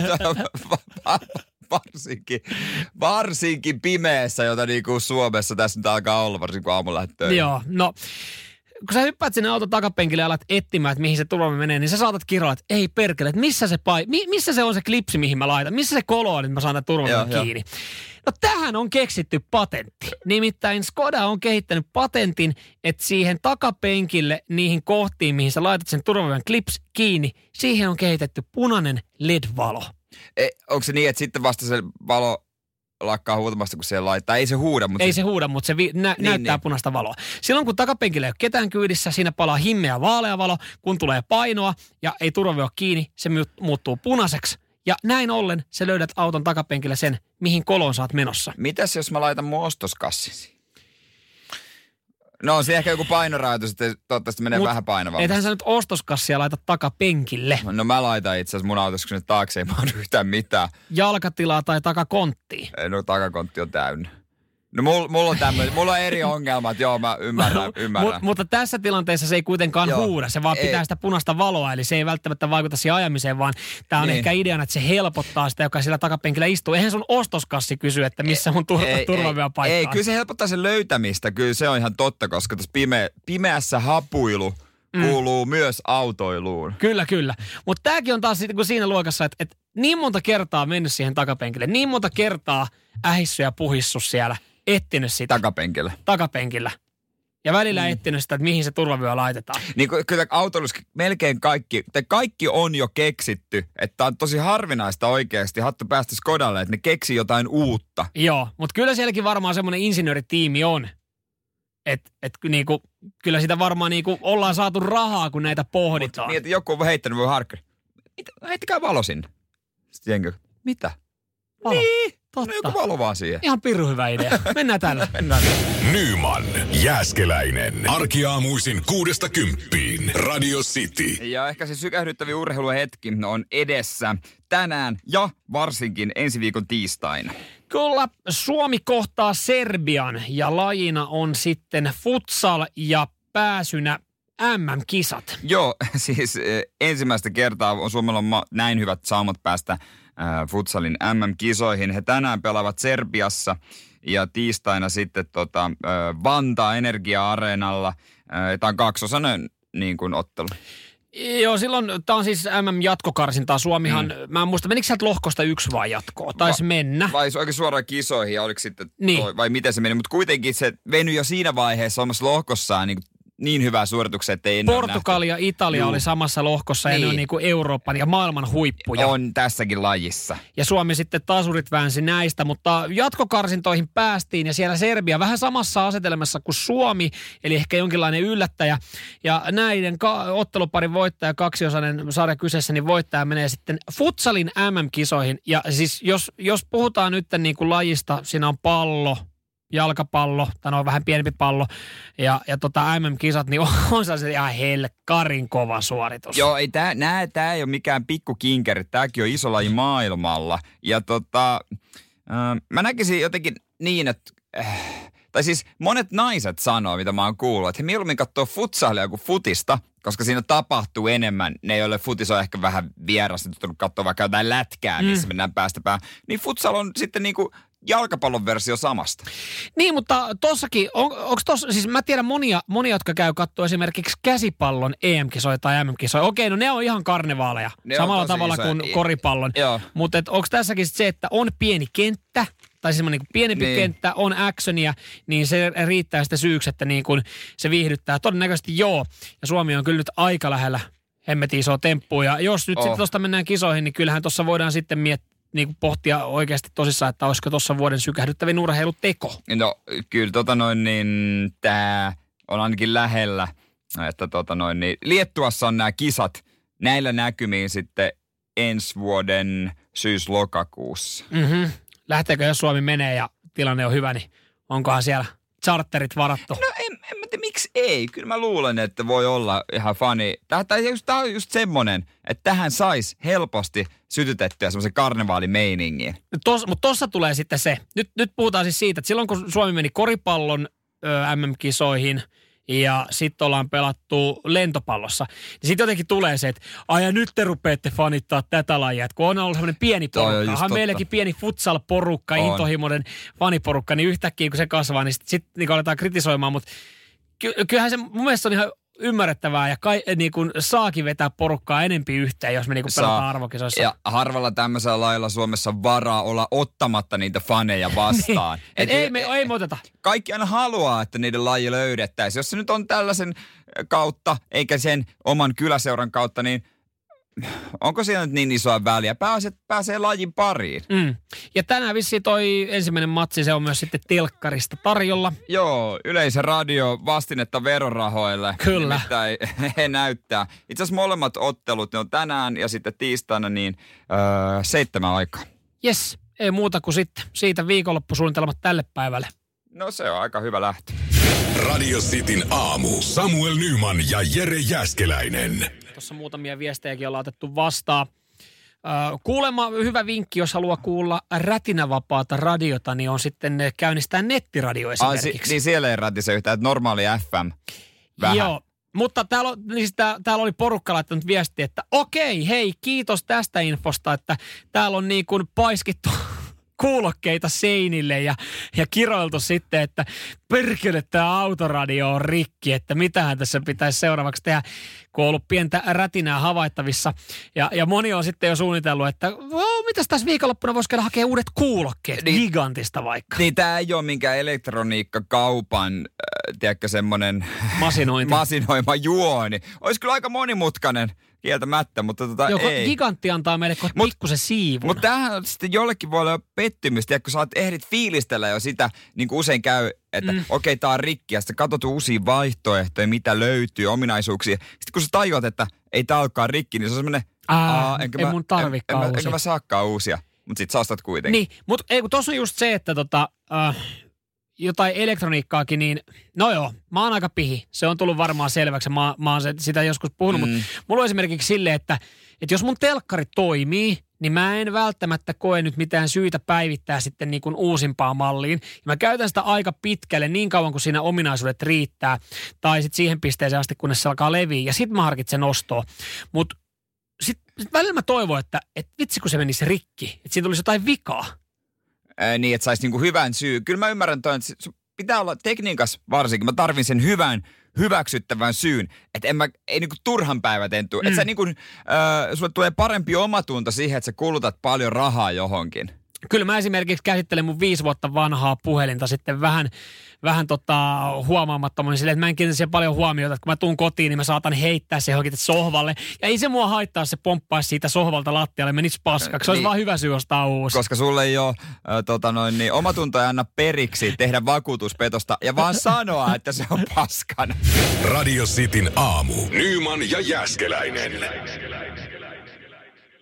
tuota, varsinkin, varsinkin pimeässä, jota niinku Suomessa tässä nyt alkaa olla, varsinkin kun aamulla lähdet töihin. Joo, no kun sä hyppäät sinne auton takapenkille ja alat etsimään, että mihin se turvavyö menee, niin sä saatat kiroilla, että ei perkele, että missä se, pai, mi, missä se on se klipsi, mihin mä laitan, missä se kolo on, että mä saan tämän turvavyön kiinni. Jo. No tähän on keksitty patentti. Nimittäin Skoda on kehittänyt patentin, että siihen takapenkille, niihin kohtiin, mihin sä laitat sen turvavyön klips kiinni, siihen on kehitetty punainen L E D-valo. E, onko se niin, että sitten vasta se valo lakkaa huutamasta, kun siellä laittaa? Ei se huuda, mutta... Ei se huuda, mutta se vi- nä- niin, näyttää niin. punaista valoa. Silloin kun takapenkillä ei ole ketään kyydissä, siinä palaa himmeä vaalea valo, kun tulee painoa ja ei turvavyö kiinni, se muuttuu punaiseksi. Ja näin ollen sä löydät auton takapenkillä sen, mihin koloon sä oot menossa. Mitäs jos mä laitan mun ostoskassisi? No se ehkä joku painorajoitus, että toivottavasti menee Mut vähän painavammin. Eihän sä nyt ostoskassia laita takapenkille. No mä laitan itse asiassa mun autossa, kun sinne taakse ei mahdu yhtään mitään. Jalkatilaa tai takakonttiin. No takakontti on täynnä. No mulla, mulla on tämmöinen, mulla on eri ongelmat, joo mä ymmärrän, ymmärrän. Mut, mutta tässä tilanteessa se ei kuitenkaan joo, huuda, se vaan ei. Pitää sitä punaista valoa, eli se ei välttämättä vaikuta siihen ajamiseen, vaan tämä on niin. Ehkä ideana, että se helpottaa sitä, joka siellä takapenkillä istuu. Eihän sun ostoskassi kysy, että missä mun tur- turvavyö paikkaa. Ei, kyllä se helpottaa sen löytämistä, kyllä se on ihan totta, koska tuossa pime, pimeässä hapuilu mm. kuuluu myös autoiluun. Kyllä, kyllä. Mutta tämäkin on taas sitten siinä luokassa, että, että niin monta kertaa mennyt siihen takapenkille, niin monta kertaa ähissy ja puhissu siellä. Etsinyt sitä. Takapenkillä. Takapenkillä. Ja välillä mm. etsinyt sitä, että mihin se turvavyö laitetaan. Niin kyllä autoilussa melkein kaikki, te kaikki on jo keksitty, että on tosi harvinaista oikeasti, hattu päästä Skodalle, että ne keksii jotain uutta. Joo, mutta kyllä sielläkin varmaan semmoinen insinööritiimi on. Että et, niinku, kyllä sitä varmaan niinku ollaan saatu rahaa, kun näitä pohditaan. Mut niin, että joku on heittänyt voi harkkari. Heittäkää valo sinne. Sitten jengi, mitä? Valo. Niin. Totta. No joku valo vaan siihen. Ihan pirru hyvä idea. Mennään tällä. Mennään. Nyman, Jääskeläinen. Arkiaamuisin kuudesta kymppiin. Radio City. Ja ehkä se sykähdyttävä urheiluhetki on edessä tänään ja varsinkin ensi viikon tiistaina. Kyllä, Suomi kohtaa Serbian ja lajina on sitten futsal ja pääsynä M M-kisat. Joo, siis eh, ensimmäistä kertaa on Suomella ma- näin hyvät saumat päästä äh, futsalin M M-kisoihin. He tänään pelaavat Serbiassa ja tiistaina sitten tota, äh, Vantaa Energia-areenalla. Äh, tämä on kaksosainen niin kuin ottelu. Joo, silloin tämä on siis M M-jatkokarsintaa. Suomihan, mm. mä en muista, menikö sieltä lohkosta yksi vai jatkoa? Taisi Va- mennä. Vai se oikein suoraan kisoihin ja oliko sitten, niin. toi, vai miten se meni? Mutta kuitenkin se venyi jo siinä vaiheessa omassa lohkossaan niin niin hyvää suorituksia, että ei ennen Portugali ja Italia Juh. oli samassa lohkossa niin. ja ne on niin kuin Euroopan ja maailman huippuja. On tässäkin lajissa. Ja Suomi sitten tasurit väänsi näistä, mutta jatkokarsintoihin päästiin ja siellä Serbia vähän samassa asetelmassa kuin Suomi, eli ehkä jonkinlainen yllättäjä. Ja näiden ka- otteluparin voittaja, kaksiosainen sarja kyseessä, niin voittaja menee sitten futsalin M M-kisoihin. Ja siis jos, jos puhutaan nyt niin kuin lajista, siinä on pallo, jalkapallo, tai on vähän pienempi pallo, ja, ja tota M M-kisat, niin on, on se ihan helkkarin kova suoritus. Joo, ei tää, nää, tää ei ole mikään pikkukinkeri, tääkin on iso laji maailmalla. Ja tota, äh, mä näkisin jotenkin niin, että äh, tai siis monet naiset sanoo, mitä mä oon kuullut, että he mieluummin katsoo futsalia kuin futista, koska siinä tapahtuu enemmän. Ne, joille futis on ehkä vähän vierasta, tullut katsoa vaikka jotain lätkää, missä mm. mennään päästä päähän. Niin futsal on sitten niinku jalkapallon versio samasta. Niin, mutta tossakin, on, onko tossa, siis mä tiedän monia, monia, jotka käy katsoa esimerkiksi käsipallon E M-kisoja tai M M-kisoja. Okei, no ne on ihan karnevaaleja, ne samalla tavalla iso, kuin koripallon. Mutta onko tässäkin se, että on pieni kenttä, tai semmoinen niin pienempi niin. kenttä, on actionia, niin se riittää sitä syyksi, että niin kuin se viihdyttää. Todennäköisesti joo, ja Suomi on kyllä nyt aika lähellä hemmetin isoa temppua. Ja jos nyt oh. sitten tuosta mennään kisoihin, niin kyllähän tuossa voidaan sitten miettiä, niin kuin pohtia oikeasti tosissaan, että olisiko tuossa vuoden sykähdyttävin urheiluteko. No kyllä tota noin niin, tää on ainakin lähellä, että tota noin niin, Liettuassa on nämä kisat näillä näkymiin sitten ensi vuoden syys-lokakuussa. Mhm. Lähteekö, jos Suomi menee ja tilanne on hyvä, niin onkohan siellä charterit varattu? No en, en mä tiedä, miksi ei. Kyllä mä luulen, että voi olla ihan fani. Tämä on just semmoinen, että tähän saisi helposti sytytettyä semmoisen karnevaalimeiningin. Tos, mutta tossa tulee sitten se. Nyt, nyt puhutaan siis siitä, että silloin kun Suomi meni koripallon ö, M M-kisoihin ja sitten ollaan pelattu lentopallossa, niin sitten jotenkin tulee se, että ai ja nyt te rupeatte fanittaa tätä lajia. Et kun on ollut semmoinen pieni porukka, onhan meilläkin pieni futsal-porukka, on. Intohimoinen faniporukka, niin yhtäkkiä kun se kasvaa, niin sitten sit, niin aletaan kritisoimaan, mutta ky- kyllähän se mun mielestä on ihan ymmärrettävää ja kai, niin kuin saakin vetää porukkaa enempi yhteen, jos me niin kuin pelataan arvokisoissa. Ja harvalla tämmöisellä lailla Suomessa on varaa olla ottamatta niitä faneja vastaan. niin. Et et ei, me, ei me oteta. Kaikki aina haluaa, että niiden laji löydettäisiin. Jos se nyt on tällaisen kautta, eikä sen oman kyläseuran kautta, niin onko siinä nyt niin isoa väliä? Pääsee, pääsee lajin pariin. Mm. Ja tänään vissiin toi ensimmäinen matsi, se on myös sitten telkkarista tarjolla. Joo, Yleisradio vastinetta verorahoille. Kyllä. Nimittäin he näyttää. Itse asiassa molemmat ottelut, ne on tänään ja sitten tiistaina niin öö, seitsemän aikaa. Jes, ei muuta kuin sitten siitä viikonloppusuunnitelmat tälle päivälle. No se on aika hyvä lähtö. Radio Cityn aamu. Samuel Nyman ja Jere Jääskeläinen. Tuossa muutamia viestejäkin ollaan otettu vastaan. Kuulemma hyvä vinkki, jos haluaa kuulla rätinävapaata radiota, niin on sitten käynnistää nettiradio esimerkiksi. Ah, si- niin siellä ei rätise yhtään, että normaali F M. Vähän. Joo, mutta täällä, on, niin sitä, täällä oli porukka laittanut viestiä, että okei, hei, kiitos tästä infosta, että täällä on niin kuin paiskittu kuulokkeita seinille ja, ja kiroiltu sitten, että perkele, tämä autoradio on rikki, että mitähän tässä pitäisi seuraavaksi tehdä, kun on ollut pientä rätinää havaittavissa. Ja, ja moni on sitten jo suunnitellut, että oh, mitäs tässä viikonloppuna voisi käydä hakea uudet kuulokkeet, niin, gigantista vaikka. Niin tämä ei ole minkään elektroniikkakaupan, äh, tiedätkö, semmoinen masinoima juoni. Olisi kyllä aika monimutkainen. Kieltämättä, mutta tota Joko ei. Gigantti antaa meille pikkusen siivun. Mutta tämähän sitten jollekin voi olla pettymys, tiedä, kun sä oot ehdit fiilistellä jo sitä, niin kuin usein käy, että mm. okei, okay, tää on rikki, ja sitten katsot uusia vaihtoehtoja, mitä löytyy, ominaisuuksia. Sitten kun sä tajuat, että ei tää olekaan rikki, niin se on semmoinen, Aa, enkä ei mä, mun tarvikaan en, uusia. Enkä mä saakaan uusia, mutta sit sä ostat kuitenkin. Niin, mutta ei kun tossa on just se, että tota... Uh, jotain elektroniikkaakin, niin no joo, mä oon aika pihi. Se on tullut varmaan selväksi. Mä, mä oon sitä joskus puhunut, mm. mutta mulla on esimerkiksi silleen, että, että jos mun telkkari toimii, niin mä en välttämättä koe nyt mitään syytä päivittää sitten niin kuin uusimpaan malliin. Ja mä käytän sitä aika pitkälle niin kauan, kun siinä ominaisuudet riittää. Tai sitten siihen pisteeseen asti, kunnes se alkaa leviä. Ja sit mä harkitsen ostoa. Mutta sitten sit välillä mä toivon, että et vitsi kun se menisi rikki. Että siinä tulisi jotain vikaa. Ää, niin, että saisi niinku hyvän syy. Kyllä mä ymmärrän toi, että pitää olla tekniikassa varsinkin. Mä tarvin sen hyvän, hyväksyttävän syyn. Että en mä, ei niinku turhan päiväten tuu. Mm. Että sä niinku, äh, sulle tulee parempi omatunto siihen, että sä kulutat paljon rahaa johonkin. Kyllä mä esimerkiksi käsittelen mun viisi vuotta vanhaa puhelinta sitten vähän, vähän tota huomaamattomasti silleen, että mä en kiinnitä siihen paljon huomiota, että kun mä tuun kotiin, niin mä saatan heittää se johonkin sohvalle. Ja ei se mua haittaa, se pomppaisi siitä sohvalta lattialle, menisi paskaksi. Se olisi niin, vaan hyvä syy ostaa uusi. Koska sulle ei ole äh, tota noin, niin, omatunto ei anna periksi tehdä vakuutuspetosta ja vaan sanoa, että se on paskana. Radio Cityn aamu. Nyman ja Jääskeläinen.